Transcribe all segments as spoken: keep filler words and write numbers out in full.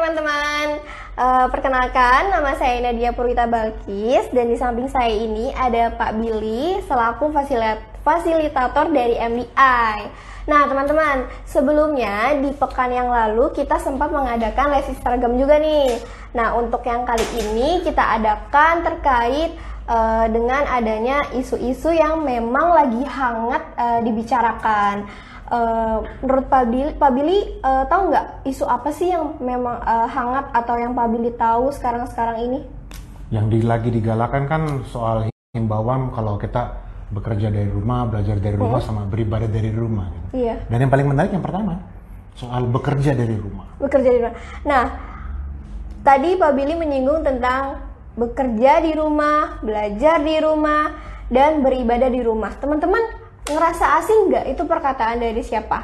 teman-teman, uh, perkenalkan nama saya Nadia Purwita Balkis dan di samping saya ini ada Pak Billy selaku fasilit- fasilitator dari M D I. Nah teman-teman, sebelumnya di pekan yang lalu kita sempat mengadakan les seragam juga nih. Nah untuk yang kali ini kita adakan terkait uh, dengan adanya isu-isu yang memang lagi hangat uh, dibicarakan. Uh, menurut Pak Billy, Pak Billy uh, tahu nggak isu apa sih yang memang uh, hangat atau yang Pak Billy tahu sekarang-sekarang ini? Yang di, lagi digalakan kan soal himbauan kalau kita bekerja dari rumah, belajar dari rumah, hmm. sama beribadah dari rumah. Gitu. Iya. Dan yang paling menarik yang pertama soal bekerja dari rumah. Bekerja dari rumah. Nah, tadi Pak Billy menyinggung tentang bekerja di rumah, belajar di rumah, dan beribadah di rumah. Teman-teman ngerasa asing nggak itu perkataan dari siapa?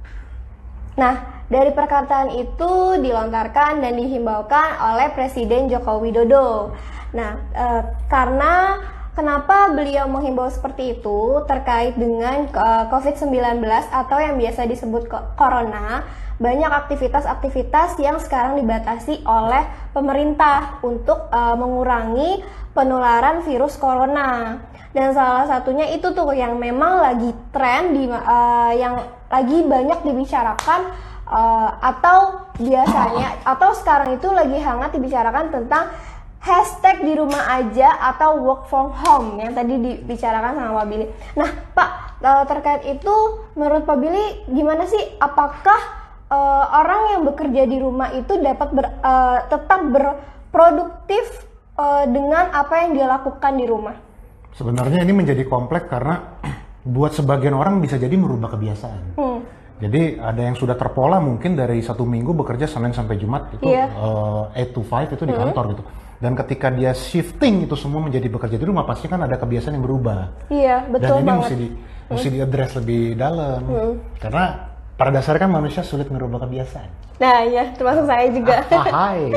Nah, dari perkataan itu dilontarkan dan dihimbaukan oleh Presiden Joko Widodo. Nah, e, karena kenapa beliau menghimbau seperti itu terkait dengan e, covid sembilan belas atau yang biasa disebut corona, banyak aktivitas-aktivitas yang sekarang dibatasi oleh pemerintah untuk e, mengurangi penularan virus corona. Dan salah satunya itu tuh yang memang lagi tren di uh, yang lagi banyak dibicarakan uh, atau biasanya atau sekarang itu lagi hangat dibicarakan tentang hashtag di rumah aja atau work from home yang tadi dibicarakan sama Pak Billy. Nah, Pak, uh, terkait itu menurut Pak Billy gimana sih? Apakah uh, orang yang bekerja di rumah itu dapat ber, uh, tetap berproduktif uh, dengan apa yang dia lakukan di rumah? Sebenarnya ini menjadi kompleks karena buat sebagian orang bisa jadi merubah kebiasaan. Hmm. Jadi ada yang sudah terpola mungkin dari satu minggu bekerja Senin sampai Jumat itu yeah. uh, eight to five itu di kantor hmm. gitu. Dan ketika dia shifting itu semua menjadi bekerja di rumah pasti kan ada kebiasaan yang berubah. Iya yeah, betul banget. Dan ini banget. mesti di hmm. mesti diadres lebih dalam hmm. karena pada dasarnya kan manusia sulit merubah kebiasaan. Nah ya termasuk saya juga. Ah, hai.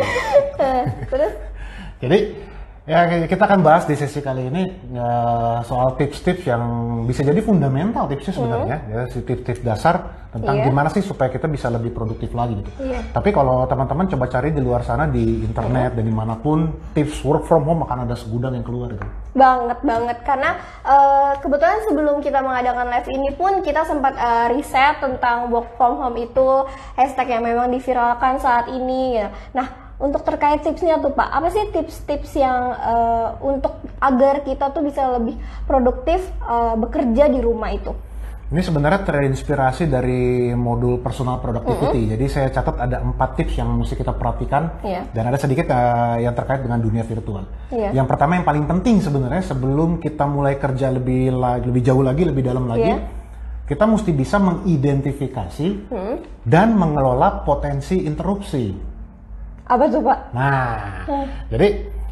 Terus? Jadi ya kita akan bahas di sesi kali ini ya, soal tips-tips yang bisa jadi fundamental tipsnya sebenarnya hmm. ya si tips-tips dasar tentang yeah. gimana sih supaya kita bisa lebih produktif lagi gitu. Yeah. Tapi kalau teman-teman coba cari di luar sana di internet yeah. dan dimanapun tips work from home akan ada segudang yang keluar gitu. Banget banget karena uh, kebetulan sebelum kita mengadakan live ini pun kita sempat uh, riset tentang work from home itu hashtag yang memang diviralkan saat ini ya. Nah untuk terkait tipsnya tuh Pak, apa sih tips-tips yang uh, untuk agar kita tuh bisa lebih produktif uh, bekerja di rumah itu? Ini sebenarnya terinspirasi dari modul personal productivity. Mm-hmm. Jadi saya catat ada empat tips yang mesti kita perhatikan yeah. dan ada sedikit uh, yang terkait dengan dunia virtual. Yeah. Yang pertama yang paling penting sebenarnya sebelum kita mulai kerja lebih lebih jauh lagi, lebih dalam lagi, yeah. kita mesti bisa mengidentifikasi mm. dan mengelola potensi interupsi. Apa tuh Pak? Nah, hmm. jadi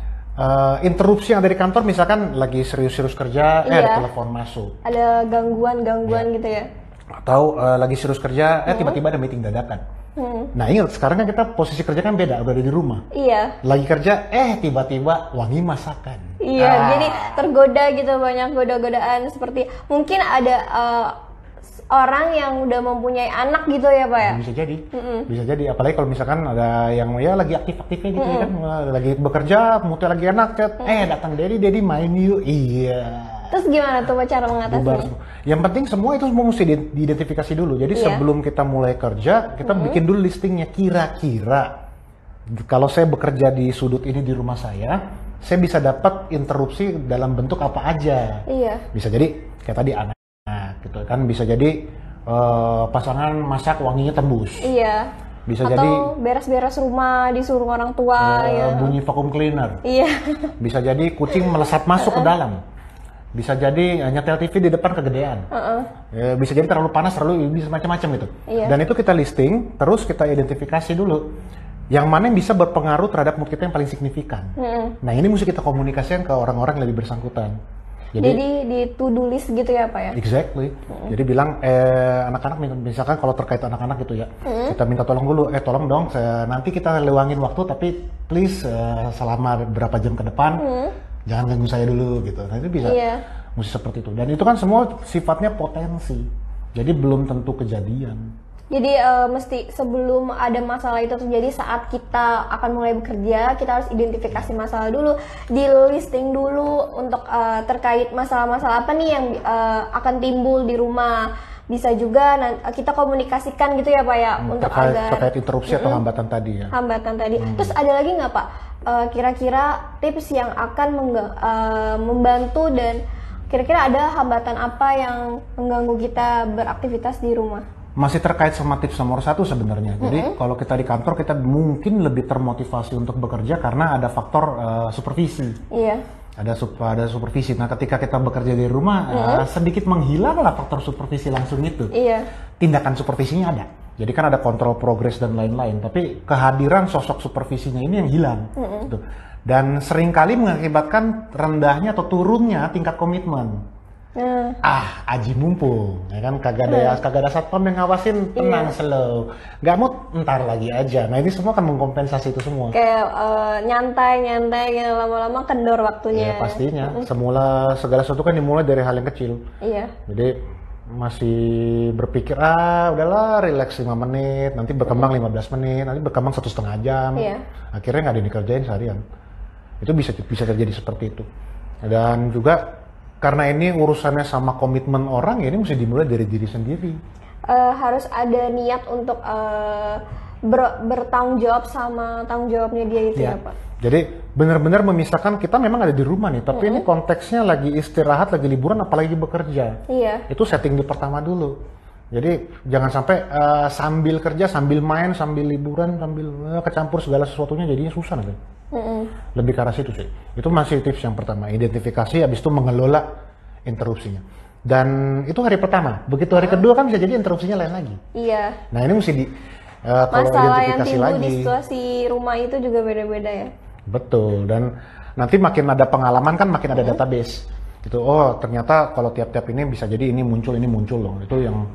uh, interupsi yang ada di kantor misalkan lagi serius-serius kerja, iya. eh ada telepon masuk. Ada gangguan-gangguan ya. gitu ya? Atau uh, lagi serius kerja, eh hmm. tiba-tiba ada meeting dadakan. Hmm. Nah ingat, sekarang kan kita posisi kerja kan beda, udah ada di rumah. Iya. Lagi kerja, eh tiba-tiba wangi masakan. Iya, ah. jadi tergoda gitu, banyak goda-godaan seperti mungkin ada... Uh, orang yang udah mempunyai anak gitu ya Pak ya? Bisa jadi, mm-mm. bisa jadi. Apalagi kalau misalkan ada yang ya lagi aktif-aktifnya gitu ya kan, lagi bekerja, moodnya lagi enak, chat, mm-mm. eh datang Dedi, Dedi main yuk, iya. Terus gimana tuh cara mengatasinya? Yang penting semua itu semua mesti diidentifikasi dulu. Jadi yeah. sebelum kita mulai kerja, kita mm-hmm. bikin dulu listingnya kira-kira. Kalau saya bekerja di sudut ini di rumah saya, saya bisa dapat interupsi dalam bentuk apa aja. Iya. Bisa jadi kayak tadi anak. Nah, gitu kan bisa jadi uh, pasangan masak wanginya tembus. Iya. Bisa atau jadi beres-beres rumah disuruh orang tua uh, ya. Bunyi vacuum cleaner. Iya. Bisa jadi kucing melesat masuk ke dalam. Bisa jadi uh, nyetel T V di depan kegedean. Uh-uh. Ya, bisa jadi terlalu panas, terlalu bisa macam-macam itu. Iya. Dan itu kita listing, terus kita identifikasi dulu. Yang mana yang bisa berpengaruh terhadap mood kita yang paling signifikan. Uh-uh. Nah ini mesti kita komunikasikan ke orang-orang yang lebih bersangkutan. Jadi, Jadi di to-do list gitu ya Pak ya? Exactly. Mm. Jadi bilang, eh anak-anak misalkan kalau terkait anak-anak gitu ya, mm. kita minta tolong dulu, eh tolong dong, saya, nanti kita lewangin waktu tapi please uh, selama berapa jam ke depan, mm. jangan ganggu saya dulu gitu. Nah itu bisa, yeah. mesti seperti itu. Dan itu kan semua sifatnya potensi, jadi belum tentu kejadian. Jadi uh, mesti sebelum ada masalah itu terjadi saat kita akan mulai bekerja, kita harus identifikasi masalah dulu, di listing dulu untuk uh, terkait masalah-masalah apa nih yang uh, akan timbul di rumah. Bisa juga nanti, kita komunikasikan gitu ya Pak ya, hmm, untuk terkait, agar terkait interupsi atau mm, hambatan tadi ya. Hambatan tadi. Hmm. Terus ada lagi nggak Pak uh, kira-kira tips yang akan uh, membantu dan kira-kira ada hambatan apa yang mengganggu kita beraktivitas di rumah? Masih terkait sama tips nomor satu sebenarnya. Jadi mm-hmm. kalau kita di kantor kita mungkin lebih termotivasi untuk bekerja karena ada faktor uh, supervisi. Iya. Ada sup, ada supervisi. Nah ketika kita bekerja di rumah mm-hmm. uh, sedikit menghilanglah faktor supervisi langsung itu. Iya. Tindakan supervisinya ada. Jadi kan ada kontrol progres dan lain-lain. Tapi kehadiran sosok supervisinya ini yang hilang. Mm-hmm. Gitu. Dan seringkali mengakibatkan rendahnya atau turunnya tingkat komitmen. Hmm. Ah, aji mumpung, ya kan kagak ada hmm. kagak ada satpam yang ngawasin, tenang, iya. slow, nggak mood, ntar lagi aja. Nah ini semua akan mengkompensasi itu semua. Kayak uh, nyantai nyantai gitu, lama-lama kendor waktunya. Ya pastinya. Hmm. Semula segala sesuatu kan dimulai dari hal yang kecil. Iya. Jadi masih berpikir ah udahlah relax lima menit, nanti berkembang hmm. lima belas menit, nanti berkembang satu setengah jam. Iya. Akhirnya nggak ada yang dikerjain seharian. Itu bisa bisa terjadi seperti itu. Dan juga karena ini urusannya sama komitmen orang, ya ini mesti dimulai dari diri sendiri. Uh, harus ada niat untuk uh, ber, bertanggung jawab sama tanggung jawabnya dia itu ya, ya Pak. Jadi benar-benar memisahkan, kita memang ada di rumah nih, tapi mm-hmm. ini konteksnya lagi istirahat, lagi liburan, apalagi bekerja. Iya. Itu setting di pertama dulu. Jadi jangan sampai uh, sambil kerja, sambil main, sambil liburan, sambil uh, kecampur segala sesuatunya jadinya susah nanti. Mm-hmm. Lebih ke arah situ sih. Itu masih tips yang pertama, identifikasi, habis itu mengelola interupsinya. Dan itu hari pertama. Begitu hari kedua kan bisa jadi interupsinya lain lagi. Iya. Nah ini mesti di uh, kalau masalah identifikasi yang timbul lagi. Di situasi rumah itu juga beda-beda ya. Betul. Dan nanti makin ada pengalaman kan makin ada mm-hmm. database. Gitu. Oh ternyata kalau tiap-tiap ini bisa jadi ini muncul ini muncul loh. Itu yang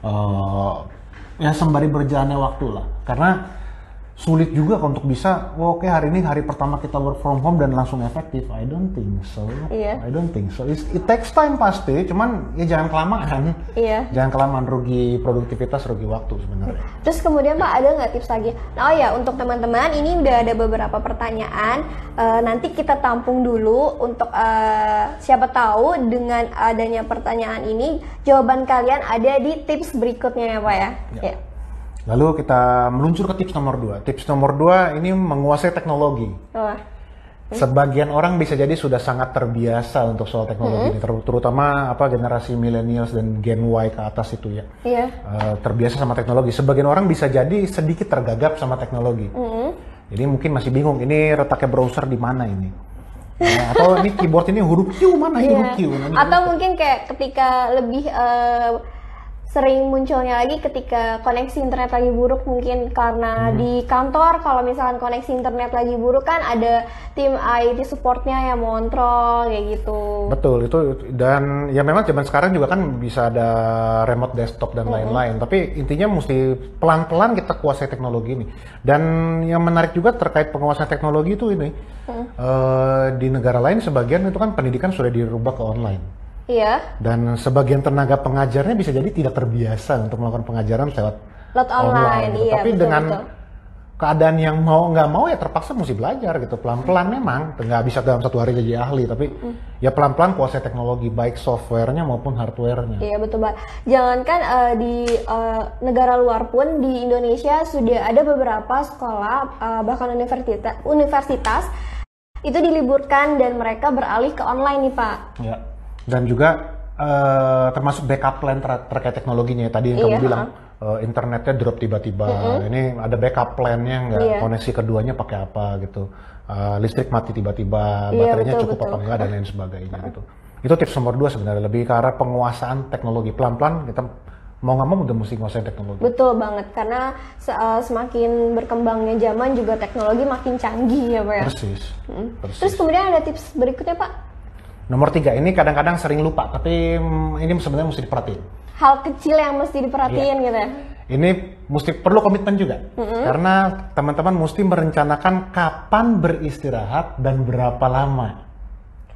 uh, ya sembari berjalannya waktu lah. Karena sulit juga untuk bisa, oh, oke okay, hari ini hari pertama kita work from home dan langsung efektif. I don't think so. Iya. I don't think so. It's, it takes time pasti, cuman ya jangan kelamaan. Iya. Jangan kelamaan, rugi produktivitas, rugi waktu sebenarnya. Terus kemudian Pak ada nggak tips lagi? Nah oh ya untuk teman-teman ini udah ada beberapa pertanyaan. Uh, nanti kita tampung dulu untuk uh, siapa tahu dengan adanya pertanyaan ini jawaban kalian ada di tips berikutnya ya Pak ya. Ya. Ya. Lalu kita meluncur ke tips nomor dua. Tips nomor dua ini menguasai teknologi. Oh. Sebagian orang bisa jadi sudah sangat terbiasa untuk soal teknologi mm-hmm. ini, terutama apa generasi millennials dan Gen Y ke atas itu ya. Iya. Uh, terbiasa sama teknologi. Sebagian orang bisa jadi sedikit tergagap sama teknologi. Mm-hmm. Jadi mungkin masih bingung, ini letaknya browser di mana ini? Ya, atau ini keyboard ini huruf Q mana ini huruf Q? Nah, atau huruf mungkin kayak ketika lebih uh, sering munculnya lagi ketika koneksi internet lagi buruk, mungkin karena hmm. di kantor kalau misalkan koneksi internet lagi buruk kan ada tim I T supportnya yang mengontrol kayak gitu. Betul itu, dan ya memang zaman sekarang juga kan bisa ada remote desktop dan lain-lain. Hmm. Tapi intinya mesti pelan-pelan kita kuasai teknologi ini. Dan yang menarik juga terkait penguasaan teknologi itu ini hmm. uh, di negara lain sebagian itu kan pendidikan sudah dirubah ke online. Iya. Dan sebagian tenaga pengajarnya bisa jadi tidak terbiasa untuk melakukan pengajaran lewat online. online gitu. Iya, Tapi betul, dengan betul. keadaan yang mau nggak mau ya terpaksa mesti belajar gitu. Pelan-pelan memang nggak bisa dalam satu hari jadi ahli, tapi mm. ya pelan-pelan kuasai teknologi baik softwarenya maupun hardwarenya. Iya betul Pak. Jangankan uh, di uh, negara luar pun di Indonesia sudah ada beberapa sekolah uh, bahkan universitas universitas itu diliburkan dan mereka beralih ke online nih Pak. Ya. Dan juga uh, termasuk backup plan ter terkait teknologinya tadi yang iya, kamu bilang uh, internetnya drop tiba-tiba. Mm-hmm. Ini ada backup plan-nya nggak, iya. koneksi keduanya pakai apa gitu, uh, listrik mati tiba-tiba, iya, baterainya betul, cukup betul. apa enggak dan lain sebagainya gitu. Itu tips nomor dua sebenarnya, lebih ke arah penguasaan teknologi. Pelan-pelan kita mau nggak mau udah mesti nguasain teknologi. Betul banget, karena uh, semakin berkembangnya zaman juga teknologi makin canggih ya Pak ya. Persis. Hmm. Persis. Terus kemudian ada tips berikutnya Pak? Nomor tiga, ini kadang-kadang sering lupa, tapi ini sebenarnya mesti diperhatiin. Hal kecil yang mesti diperhatiin yeah. gitu ya? Ini mesti perlu komitmen juga, mm-hmm. karena teman-teman mesti merencanakan kapan beristirahat dan berapa lama.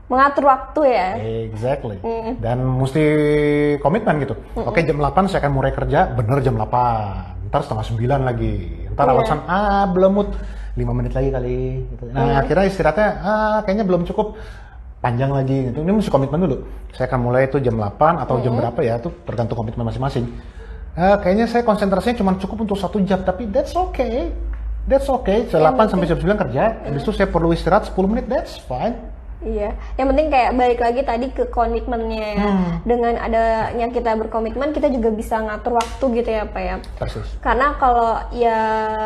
mengatur waktu ya. Exactly. Mm. Dan mesti komitmen gitu. Mm-mm. Oke, jam delapan saya akan mulai kerja, bener jam delapan. Ntar setengah sembilan lagi. Ntar yeah. alasan, ah belum mood. lima menit lagi kali. Gitu. Nah yeah. akhirnya istirahatnya, ah kayaknya belum cukup. Panjang lagi gitu. Ini mesti komitmen dulu. Saya akan mulai itu jam delapan atau mm-hmm. jam berapa ya, itu tergantung komitmen masing-masing. Uh, kayaknya saya konsentrasinya cuma cukup untuk satu jam, tapi that's okay. That's okay. delapan sampai jam sembilan kerja, mm. habis itu saya perlu istirahat sepuluh menit, that's fine. Iya, yang penting kayak balik lagi tadi ke komitmennya ya. Hmm. Dengan adanya kita berkomitmen, kita juga bisa ngatur waktu gitu ya Pak ya. Persis. Karena kalau ya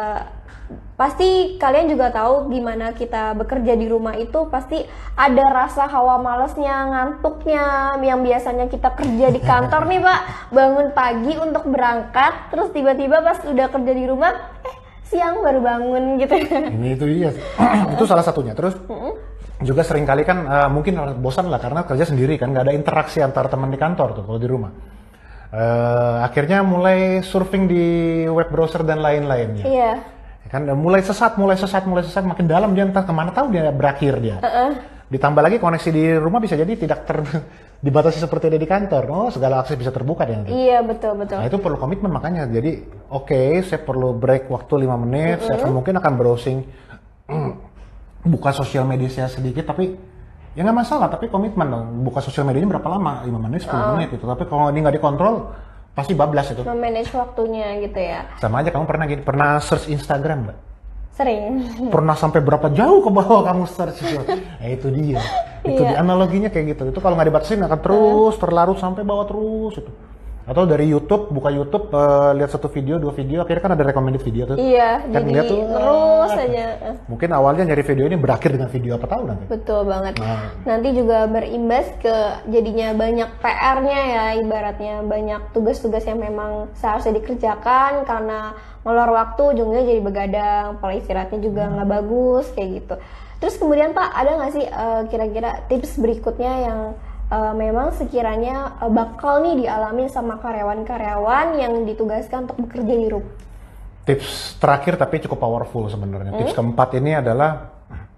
pasti kalian juga tahu gimana kita bekerja di rumah itu pasti ada rasa hawa malesnya, ngantuknya yang biasanya kita kerja di kantor nih Pak, bangun pagi untuk berangkat, terus tiba-tiba pas udah kerja di rumah, eh siang baru bangun gitu. Ini itu dia, itu salah satunya. Terus mm-hmm. juga sering kali kan uh, mungkin bosan lah karena kerja sendiri kan, nggak ada interaksi antar teman di kantor tuh kalau di rumah. Uh, akhirnya mulai surfing di web browser dan lain-lainnya. Iya. Yeah. Kan mulai sesat, mulai sesat, mulai sesat, makin dalam dia entah kemana tahu dia berakhir dia. Uh-uh. Ditambah lagi koneksi di rumah bisa jadi tidak ter dibatasi seperti ada di kantor. Oh, segala akses bisa terbuka dia nanti. Iya, betul, betul. Nah, itu perlu komitmen makanya. Jadi, oke, okay, saya perlu break waktu lima menit, uh-uh. saya akan mungkin akan browsing buka sosial media saya sedikit, tapi ya nggak masalah, tapi komitmen dong. Buka sosial medianya berapa lama? lima menit, sepuluh uh. menit gitu. Tapi kalau ini nggak dikontrol, pasti bablas itu. Memanage waktunya gitu ya. Sama aja kamu pernah gini, pernah search Instagram Mbak? Sering. Pernah sampai berapa jauh ke bawah kamu search itu? Nah, itu dia. Itu iya. di analoginya kayak gitu. Itu kalau nggak dibatasin akan terus terlarut sampai bawah terus itu. Atau dari YouTube, buka YouTube, uh, lihat satu video, dua video, akhirnya kan ada recommended video tuh. Iya, kan jadi tuh, terus ah, aja. Mungkin awalnya nyari video ini berakhir dengan video apa tahu nanti. Betul banget. Nah. Nanti juga berimbas ke jadinya banyak P R-nya ya, ibaratnya banyak tugas-tugas yang memang seharusnya dikerjakan karena ngelor waktu, ujungnya jadi begadang, pola istirahatnya juga nggak hmm. bagus kayak gitu. Terus kemudian Pak, ada nggak sih uh, kira-kira tips berikutnya yang Uh, memang sekiranya uh, bakal nih dialami sama karyawan-karyawan yang ditugaskan untuk bekerja di rumah? Tips terakhir tapi cukup powerful sebenarnya. Hmm? Tips keempat ini adalah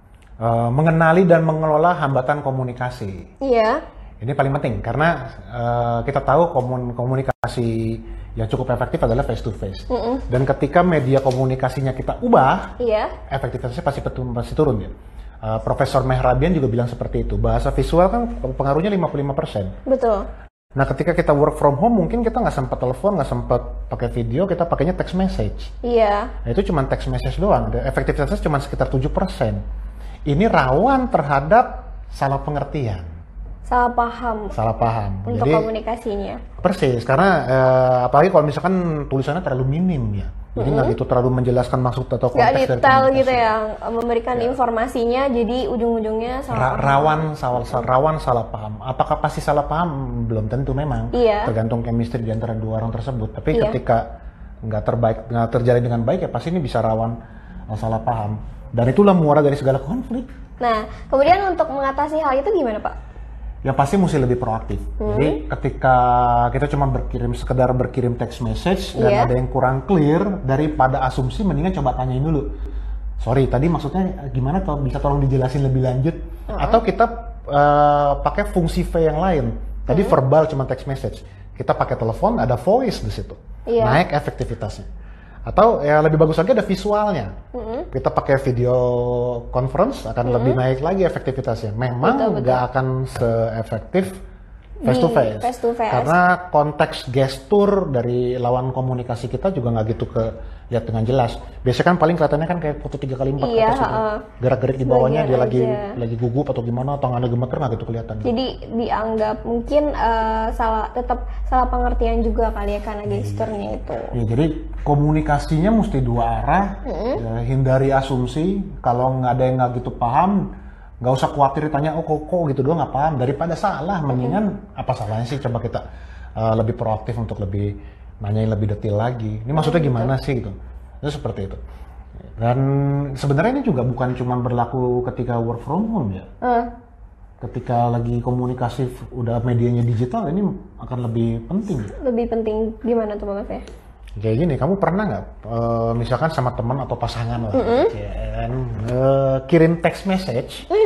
uh, mengenali dan mengelola hambatan komunikasi. Iya. Ini paling penting karena uh, kita tahu komun komunikasi yang cukup efektif adalah face to face. Mm-mm. Dan ketika media komunikasinya kita ubah, iya. efektivitasnya pasti, pasti turun ya. Uh, Profesor Mehrabian juga bilang seperti itu. Bahasa visual kan pengaruhnya lima puluh lima persen. Betul. Nah, ketika kita work from home, mungkin kita nggak sempat telepon, nggak sempat pakai video, kita pakainya text message. Iya. Nah, itu cuma text message doang. Efektivitasnya cuma sekitar tujuh persen. Ini rawan terhadap salah pengertian. Salah paham. Salah paham. Untuk jadi, komunikasinya. Persis, karena eh, apalagi kalau misalkan tulisannya terlalu minim ya. Jadi nggak mm-hmm. gitu terlalu menjelaskan maksud atau konteks dari komunikasi. Nggak detail gitu ya, memberikan ya. informasinya, jadi ujung-ujungnya salah Ra- paham. Rawan, salah, rawan salah paham. Apakah pasti salah paham? Belum tentu memang. Iya. Tergantung chemistry di antara dua orang tersebut. Tapi iya. ketika nggak terbaik, nggak terjalin dengan baik ya pasti ini bisa rawan salah paham. Dan itulah muara dari segala konflik. Nah, kemudian untuk mengatasi hal itu gimana Pak? Ya pasti mesti lebih proaktif. Hmm. Jadi ketika kita cuma berkirim sekedar berkirim text message dan yeah. ada yang kurang clear daripada asumsi, mendingan coba tanyain dulu. Sorry, tadi maksudnya gimana? Tol bisa tolong dijelasin lebih lanjut? Uh-huh. Atau kita uh, pakai fungsi V yang lain. Tadi uh-huh. verbal cuma text message. Kita pakai telepon, ada voice di situ. Yeah. Naik efektivitasnya. Atau ya lebih bagus lagi ada visualnya. Mm-hmm. Kita pakai video conference akan mm-hmm. lebih naik lagi efektivitasnya. Memang nggak akan se-efektif face to face. face to face. Karena konteks gestur dari lawan komunikasi kita juga nggak gitu ke lihat dengan jelas. Biasanya kan paling kelihatannya kan kayak foto tiga kali empat iya, atas itu. Uh, Gerak-gerik di bawahnya dia aja. lagi lagi gugup atau gimana, tangannya gemeter nggak gitu kelihatan. Jadi dianggap mungkin uh, salah tetap salah pengertian juga kali ya karena gesturnya itu. Ya, jadi komunikasinya mesti dua arah, mm-hmm. ya, hindari asumsi. Kalau nggak ada yang nggak gitu paham, nggak usah khawatir ditanya, oh kok, kok gitu doang nggak paham. Daripada salah, mendingan mm-hmm. apa salahnya sih coba kita uh, lebih proaktif untuk lebih nanyain lebih detail lagi. Ini maksudnya gimana mm-hmm. sih gitu? Itu seperti itu. Dan sebenarnya ini juga bukan cuma berlaku ketika work from home ya. Uh. Ketika lagi komunikasi udah medianya digital ini akan lebih penting. Lebih penting gimana tuh Mas ya? Kayak gini, kamu pernah nggak uh, misalkan sama teman atau pasangan lah, mm-hmm. ya, uh, kirim text message,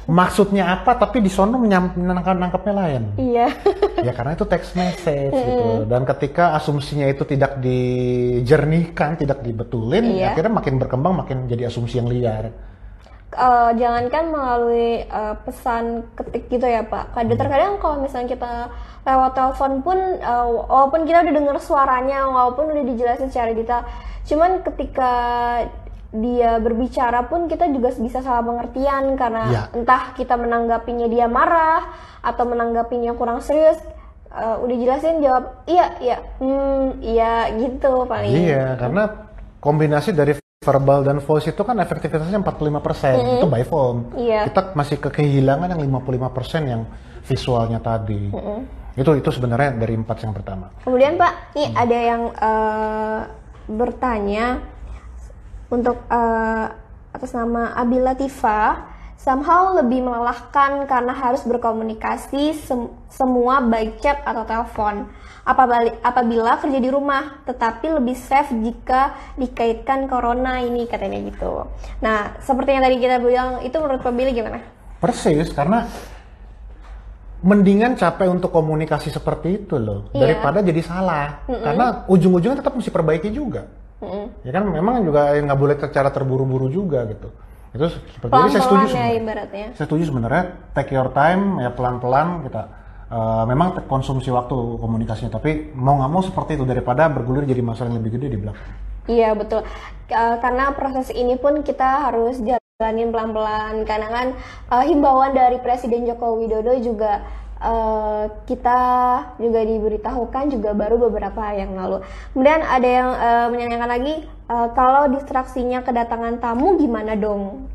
maksudnya apa tapi di sono menangkap-nangkapnya lain. Iya. Ya karena itu text message gitu. Dan ketika asumsinya itu tidak dijernihkan, tidak dibetulin, iya. akhirnya makin berkembang makin jadi asumsi yang liar. Uh, jangankan melalui uh, pesan ketik gitu ya Pak. Kadang-kadang kalau misalnya kita lewat telepon pun, uh, walaupun kita udah dengar suaranya, walaupun udah dijelasin secara detail, cuman ketika dia berbicara pun kita juga bisa salah pengertian karena ya. entah kita menanggapinya dia marah atau menanggapinya kurang serius. Uh, udah jelasin jawab iya iya hmm iya gitu paling. Iya karena kombinasi dari verbal dan voice itu kan efektivitasnya empat puluh lima persen mm-hmm. itu by phone. Iya. Kita masih kehilangan yang lima puluh lima persen yang visualnya tadi. Mm-hmm. Itu itu sebenarnya dari empat yang pertama. Kemudian Pak, nih hmm. ada yang uh, bertanya untuk uh, atas nama Abi Latifah, somehow lebih melelahkan karena harus berkomunikasi sem- semua baik chat atau telepon. Apabila kerja di rumah, tetapi lebih safe jika dikaitkan corona ini, katanya gitu. Nah, seperti yang tadi kita bilang, itu menurut Pak Billy gimana? Persis, karena mendingan capek untuk komunikasi seperti itu loh, iya. daripada jadi salah. Mm-mm. Karena ujung-ujungnya tetap mesti perbaiki juga. Mm-mm. Ya kan memang juga nggak boleh secara terburu-buru juga gitu. Itu seperti ini saya setuju sebenarnya. Ya, saya setuju sebenarnya, take your time ya, pelan-pelan kita. Uh, memang konsumsi waktu komunikasinya, tapi mau nggak mau seperti itu daripada bergulir jadi masalah yang lebih gede di belakang. Iya betul, uh, karena proses ini pun kita harus jalanin pelan-pelan, karena kan uh, himbauan dari Presiden Joko Widodo juga uh, kita juga diberitahukan juga baru beberapa hari yang lalu. Kemudian ada yang uh, menanyakan lagi, uh, kalau distraksinya kedatangan tamu gimana dong?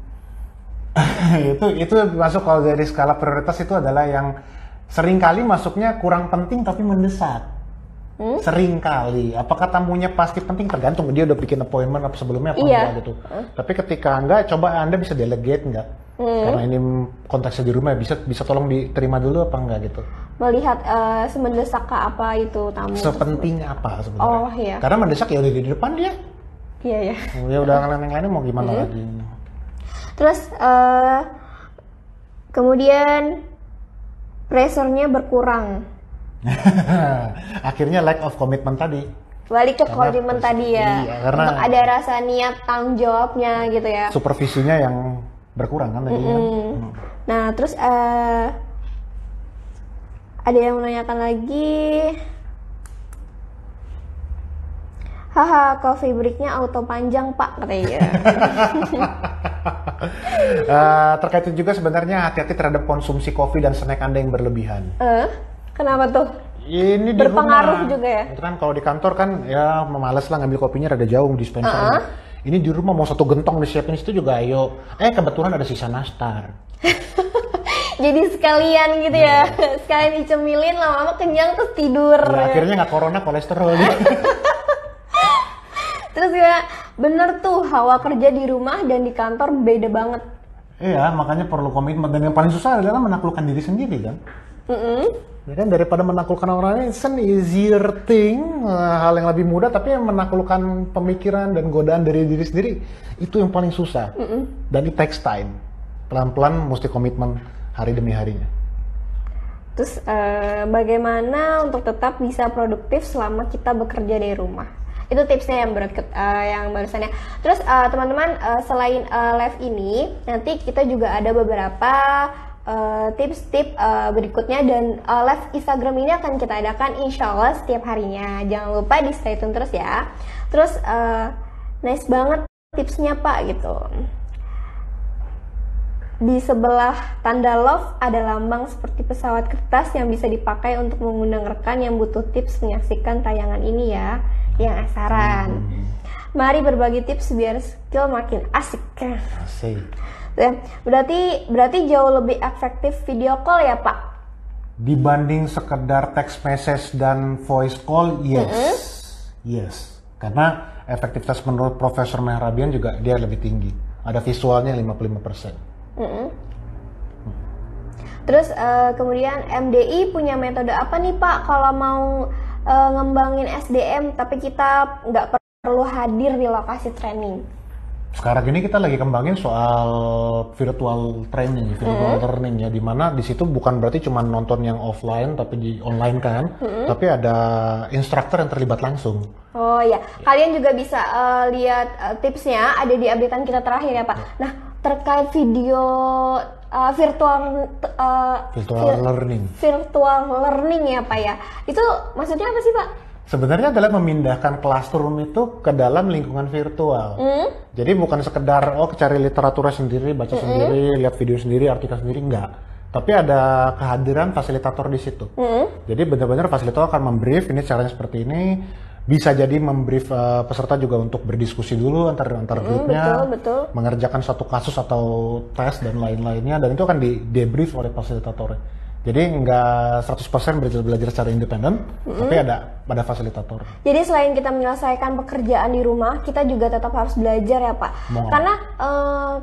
itu itu masuk kalau dari skala prioritas itu adalah yang seringkali masuknya kurang penting tapi mendesak. Hmm? Seringkali. Apakah tamunya pasti penting? Tergantung dia udah bikin appointment apa sebelumnya apa iya. enggak gitu. Hmm? Tapi ketika enggak, coba Anda bisa delegate enggak? Hmm. Karena ini konteksnya di rumah, bisa bisa tolong diterima dulu apa enggak gitu. Melihat uh, semendesak apa itu tamu. Sepenting tersebut. Apa sebenarnya? Oh iya. Karena mendesak ya udah di depan dia. Iya ya. Ya udah yang lain-lainnya mau gimana hmm. lagi. Terus uh, kemudian pressure-nya berkurang. Akhirnya lack of commitment tadi. Balik ke komitmen tadi ya. Iya, karena untuk ada rasa niat tanggung jawabnya gitu ya. Supervisinya yang berkurang kan tadi. Mm-hmm. Kan? Hmm. Nah terus uh, ada yang menanyakan lagi. Haha, coffee break-nya auto panjang Pak katanya. uh, terkait itu juga sebenarnya hati-hati terhadap konsumsi kopi dan snack Anda yang berlebihan. Uh, kenapa tuh? Ini berpengaruh di rumah. juga ya? Itu kan kalau di kantor kan ya males lah ngambil kopinya rada jauh dispensernya. Uh-huh. Ini di rumah mau satu gentong disiapin situ juga ayo. Eh kebetulan ada sisa nastar. Jadi sekalian gitu ya, yeah. sekalian dicemilin lama-lama kenyang terus tidur. Ya, akhirnya nggak corona kolesterol. Terus ya bener tuh hawa kerja di rumah dan di kantor beda banget. Iya makanya perlu komitmen, dan yang paling susah adalah menaklukkan diri sendiri kan. Mm-hmm. Ya kan daripada menaklukkan orang lain, it's an easier thing, hal yang lebih mudah, tapi yang menaklukkan pemikiran dan godaan dari diri sendiri itu yang paling susah. Mm-hmm. Dan it takes time, pelan-pelan mesti komitmen hari demi harinya. Terus uh, bagaimana untuk tetap bisa produktif selama kita bekerja dari rumah? Itu tipsnya yang berat uh, yang barusannya. Terus uh, teman-teman uh, selain uh, live ini nanti kita juga ada beberapa uh, tips-tips uh, berikutnya, dan uh, live Instagram ini akan kita adakan insya Allah setiap harinya. Jangan lupa di stay tune terus ya. Terus uh, nice banget tipsnya Pak gitu. Di sebelah tanda love ada lambang seperti pesawat kertas yang bisa dipakai untuk mengundang rekan yang butuh tips menyaksikan tayangan ini ya. Yang asaran. Hmm. Mari berbagi tips biar skill makin asik. Asik. Berarti berarti jauh lebih efektif video call ya Pak? Dibanding sekedar text message dan voice call, yes. Mm-hmm. Yes. Karena efektivitas menurut Profesor Mehrabian juga dia lebih tinggi. Ada visualnya lima puluh lima persen. Mm-hmm. Terus uh, kemudian M D I punya metode apa nih Pak kalau mau uh, ngembangin S D M tapi kita nggak perlu hadir di lokasi training? Sekarang ini kita lagi kembangin soal virtual training, virtual mm-hmm. learning ya, dimana di situ bukan berarti cuma nonton yang offline tapi di online kan, mm-hmm. tapi ada instruktur yang terlibat langsung. Oh ya, kalian juga bisa uh, lihat uh, tipsnya ada di updatean kita terakhir ya Pak. Nah terkait video uh, virtual uh, virtual vir- learning, virtual learning ya Pak ya, itu maksudnya apa sih Pak? Sebenarnya adalah memindahkan classroom itu ke dalam lingkungan virtual. Mm. Jadi bukan sekedar oh cari literatur sendiri, baca mm-hmm. sendiri, lihat video sendiri, artikel sendiri, enggak. Tapi ada kehadiran fasilitator di situ. Mm. Jadi benar-benar fasilitator akan membrief, ini caranya seperti ini. Bisa jadi membrief uh, peserta juga untuk berdiskusi dulu antar antar mm, grupnya, betul, betul. mengerjakan suatu kasus atau tes dan lain-lainnya, dan itu akan di debrief oleh fasilitatornya. Jadi nggak seratus persen belajar, belajar secara independen, mm-hmm. tapi ada pada fasilitator. Jadi selain kita menyelesaikan pekerjaan di rumah, kita juga tetap harus belajar ya Pak. Mau. Karena uh,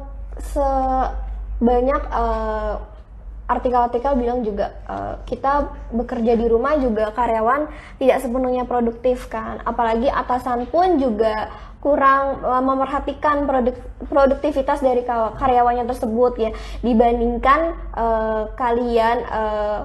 sebanyak uh, artikel-artikel bilang juga uh, kita bekerja di rumah juga karyawan tidak sepenuhnya produktif kan. Apalagi atasan pun juga kurang uh, memerhatikan produk, produktivitas dari karyawannya tersebut ya, dibandingkan uh, kalian uh,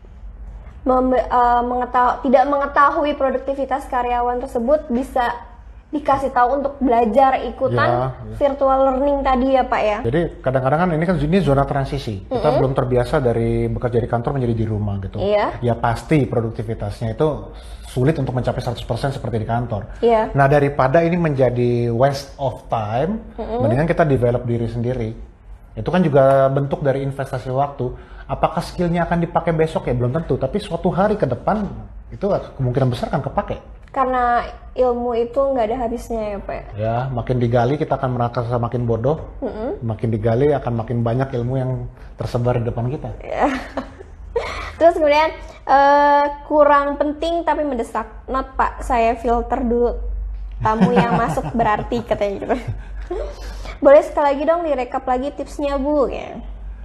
mem- uh, mengetahui, tidak mengetahui produktivitas karyawan tersebut bisa dikasih tahu untuk belajar ikutan ya, ya. virtual learning tadi ya Pak ya. Jadi kadang-kadang kan ini kan ini zona transisi. Kita mm-hmm. belum terbiasa dari bekerja di kantor menjadi di rumah gitu. Iya. Ya pasti produktivitasnya itu sulit untuk mencapai seratus persen seperti di kantor. Iya. Nah daripada ini menjadi waste of time, mm-hmm. mendingan kita develop diri sendiri. Itu kan juga bentuk dari investasi waktu. Apakah skillnya akan dipakai besok ya belum tentu, tapi suatu hari ke depan itu kemungkinan besar akan kepake. Karena ilmu itu nggak ada habisnya ya Pak. Ya, makin digali kita akan merasa makin bodoh, mm-hmm. makin digali akan makin banyak ilmu yang tersebar di depan kita. Yeah. Terus kemudian uh, kurang penting tapi mendesak. Not Pak, saya filter dulu tamu yang masuk berarti katanya gitu. Boleh sekali lagi dong direkap lagi tipsnya Bu ya.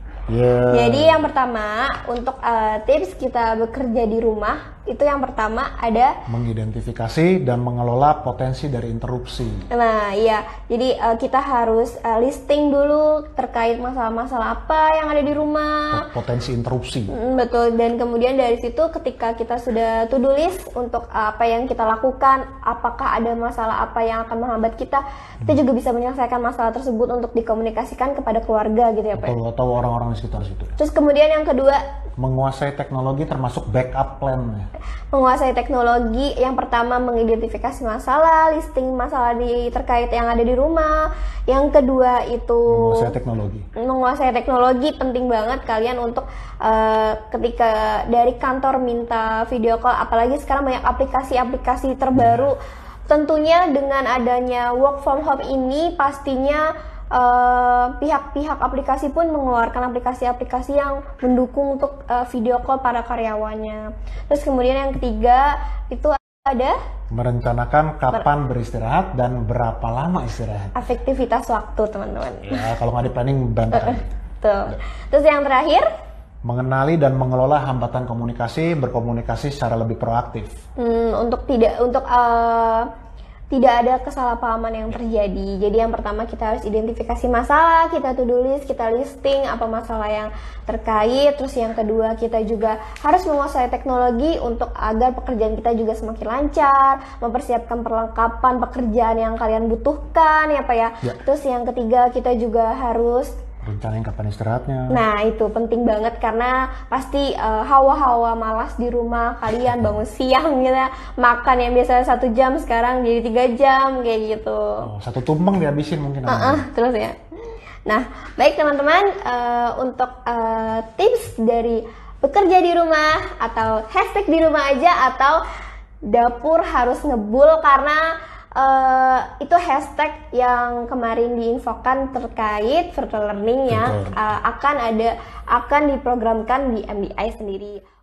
Yeah. Jadi yang pertama untuk uh, tips kita bekerja di rumah itu yang pertama ada mengidentifikasi dan mengelola potensi dari interupsi. Nah iya, jadi uh, kita harus uh, listing dulu terkait masalah-masalah apa yang ada di rumah. Potensi interupsi. Mm, betul, dan kemudian dari situ ketika kita sudah to-do list untuk uh, apa yang kita lakukan, apakah ada masalah apa yang akan menghambat kita, kita hmm. juga bisa menyelesaikan masalah tersebut untuk dikomunikasikan kepada keluarga gitu ya Pak. Atau, atau orang-orang di sekitar situ. Terus kemudian yang kedua, menguasai teknologi termasuk backup plan. Menguasai teknologi, yang pertama mengidentifikasi masalah, listing masalah di terkait yang ada di rumah. Yang kedua itu menguasai teknologi. Menguasai teknologi penting banget kalian untuk uh, ketika dari kantor minta video call, apalagi sekarang banyak aplikasi-aplikasi terbaru. Hmm. Tentunya dengan adanya work from home ini pastinya Uh, pihak-pihak aplikasi pun mengeluarkan aplikasi-aplikasi yang mendukung untuk uh, video call para karyawannya. Terus kemudian yang ketiga itu ada merencanakan kapan Ber- beristirahat dan berapa lama istirahat. Efektivitas waktu teman-teman. Ya kalau nggak di planning berantakan. Tuh. Terus yang terakhir mengenali dan mengelola hambatan komunikasi, berkomunikasi secara lebih proaktif. Hmm, untuk tidak untuk uh, tidak ada kesalahpahaman yang terjadi. Jadi yang pertama kita harus identifikasi masalah, kita to-do list, kita listing apa masalah yang terkait. Terus yang kedua kita juga harus menguasai teknologi untuk agar pekerjaan kita juga semakin lancar, mempersiapkan perlengkapan pekerjaan yang kalian butuhkan ya Pak ya. Ya. Terus yang ketiga kita juga harus rencanain kapan istirahatnya. Nah itu penting banget karena pasti uh, hawa-hawa malas di rumah kalian bangun siang gitu, makan yang biasanya satu jam sekarang jadi tiga jam kayak gitu. Oh, satu tumpeng dihabisin mungkin. Uh-uh, terus ya. Nah baik teman-teman, uh, untuk uh, tips dari bekerja di rumah atau hashtag di rumah aja atau dapur harus ngebul karena Uh, itu hashtag yang kemarin diinfokan terkait virtual learning ya, uh, akan ada akan diprogramkan di M D I sendiri.